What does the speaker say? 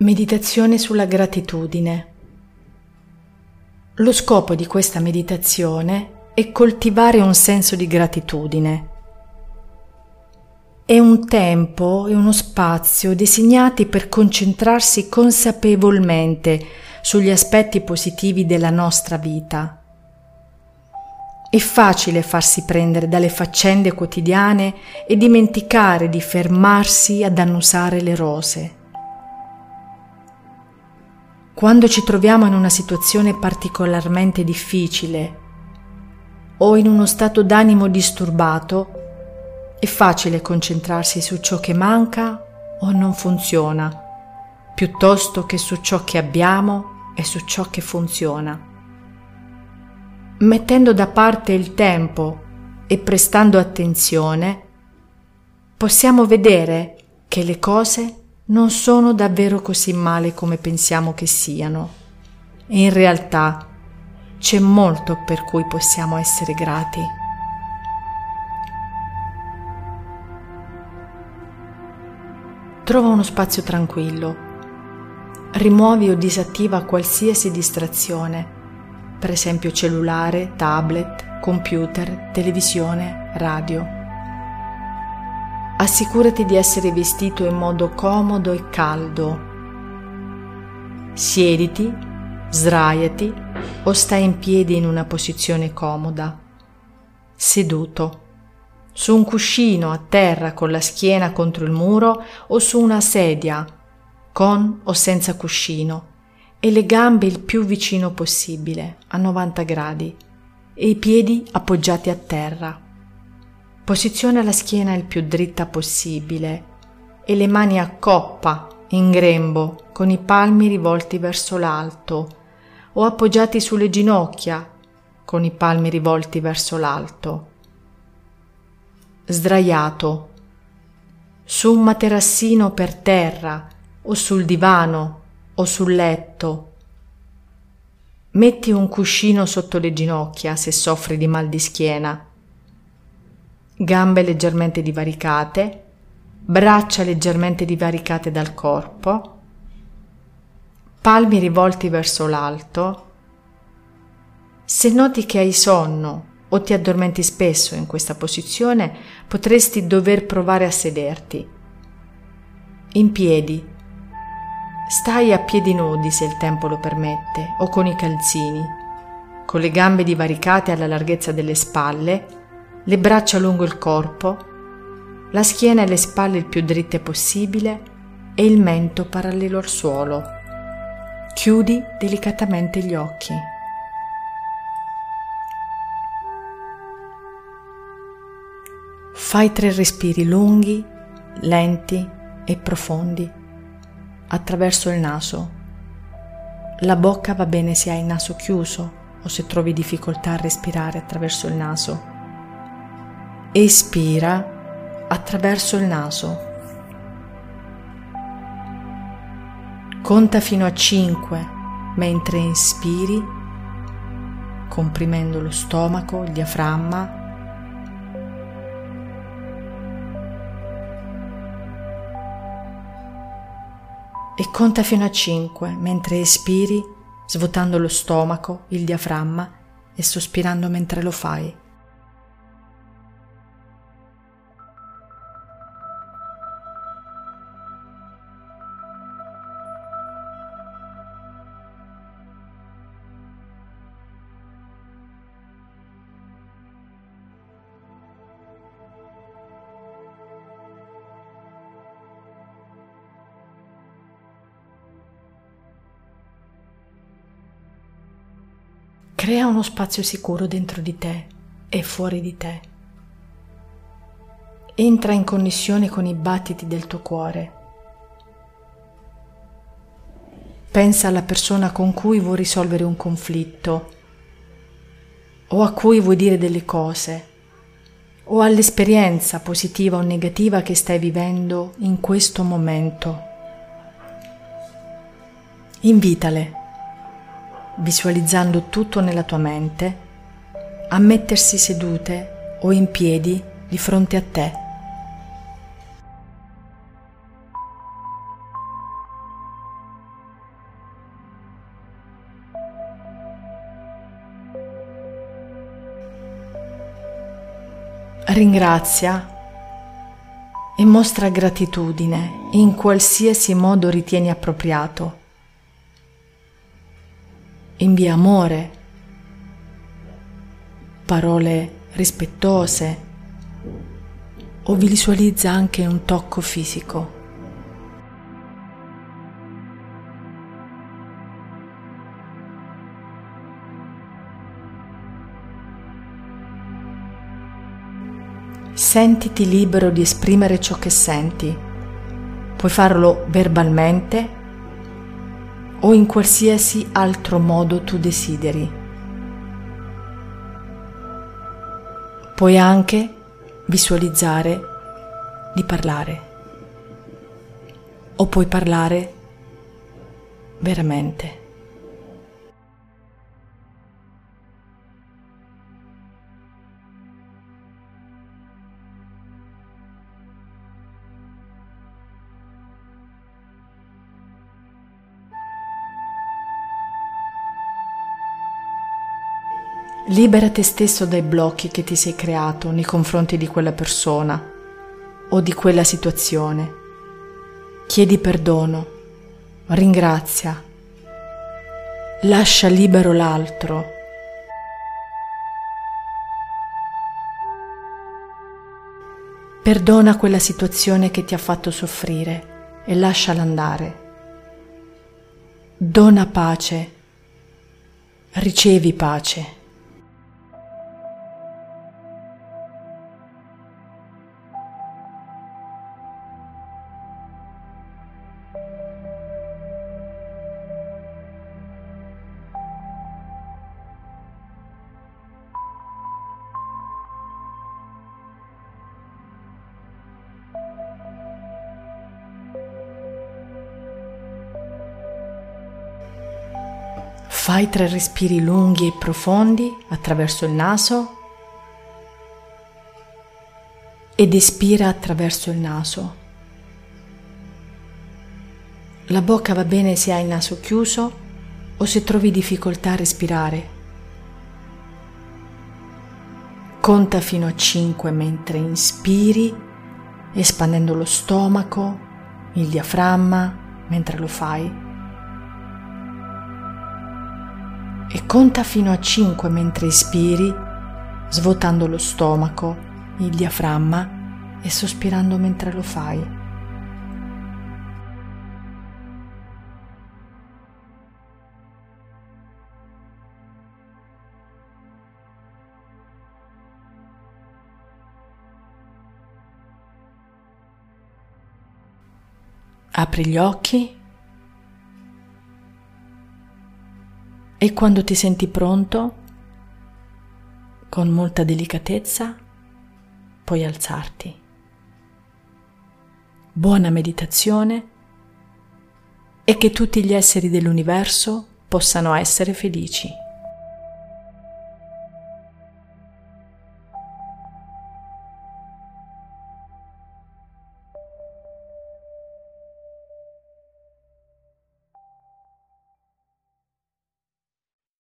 Meditazione sulla gratitudine. Lo scopo di questa meditazione è coltivare un senso di gratitudine. È un tempo e uno spazio designati per concentrarsi consapevolmente sugli aspetti positivi della nostra vita. È facile farsi prendere dalle faccende quotidiane e dimenticare di fermarsi ad annusare le rose. Quando ci troviamo in una situazione particolarmente difficile o in uno stato d'animo disturbato, è facile concentrarsi su ciò che manca o non funziona, piuttosto che su ciò che abbiamo e su ciò che funziona. Mettendo da parte il tempo e prestando attenzione, possiamo vedere che le cose non sono davvero così male come pensiamo che siano, e in realtà c'è molto per cui possiamo essere grati. Trova uno spazio tranquillo, rimuovi o disattiva qualsiasi distrazione, per esempio cellulare, tablet, computer, televisione, radio. Assicurati di essere vestito in modo comodo e caldo. Siediti, sdraiati o stai in piedi in una posizione comoda. Seduto, su un cuscino a terra con la schiena contro il muro o su una sedia, con o senza cuscino, e le gambe il più vicino possibile, a 90 gradi, e i piedi appoggiati a terra. Posiziona la schiena il più dritta possibile e le mani a coppa, in grembo, con i palmi rivolti verso l'alto o appoggiati sulle ginocchia, con i palmi rivolti verso l'alto. Sdraiato, su un materassino per terra o sul divano o sul letto. Metti un cuscino sotto le ginocchia se soffri di mal di schiena. Gambe leggermente divaricate, braccia leggermente divaricate dal corpo, palmi rivolti verso l'alto. Se noti che hai sonno o ti addormenti spesso in questa posizione, potresti dover provare a sederti. In piedi. Stai a piedi nudi se il tempo lo permette, o con i calzini, con le gambe divaricate alla larghezza delle spalle, le braccia lungo il corpo, la schiena e le spalle il più dritte possibile e il mento parallelo al suolo. Chiudi delicatamente gli occhi. Fai 3 respiri lunghi, lenti e profondi attraverso il naso. La bocca va bene se hai il naso chiuso o se trovi difficoltà a respirare attraverso il naso. Espira attraverso il naso. Conta fino a 5 mentre inspiri, comprimendo lo stomaco, il diaframma. E conta fino a 5 mentre espiri, svuotando lo stomaco, il diaframma e sospirando mentre lo fai. Crea uno spazio sicuro dentro di te e fuori di te. Entra in connessione con i battiti del tuo cuore. Pensa alla persona con cui vuoi risolvere un conflitto, o a cui vuoi dire delle cose, o all'esperienza positiva o negativa che stai vivendo in questo momento. Invitale, visualizzando tutto nella tua mente, a mettersi sedute o in piedi di fronte a te. ringrazia e mostra gratitudine in qualsiasi modo ritieni appropriato. Invia amore, parole rispettose o visualizza anche un tocco fisico. Sentiti libero di esprimere ciò che senti. Puoi farlo verbalmente o in qualsiasi altro modo tu desideri. Puoi anche visualizzare di parlare o puoi parlare veramente. Libera te stesso dai blocchi che ti sei creato nei confronti di quella persona o di quella situazione. Chiedi perdono, ringrazia, lascia libero l'altro. Perdona quella situazione che ti ha fatto soffrire e lasciala andare. Dona pace, ricevi pace. Fai 3 respiri lunghi e profondi attraverso il naso ed espira attraverso il naso. La bocca va bene se hai il naso chiuso o se trovi difficoltà a respirare. Conta fino a 5 mentre inspiri, espandendo lo stomaco, il diaframma mentre lo fai. E conta fino a 5 mentre ispiri, svuotando lo stomaco, il diaframma e sospirando mentre lo fai. Apri gli occhi e quando ti senti pronto, con molta delicatezza, puoi alzarti. Buona meditazione e che tutti gli esseri dell'universo possano essere felici.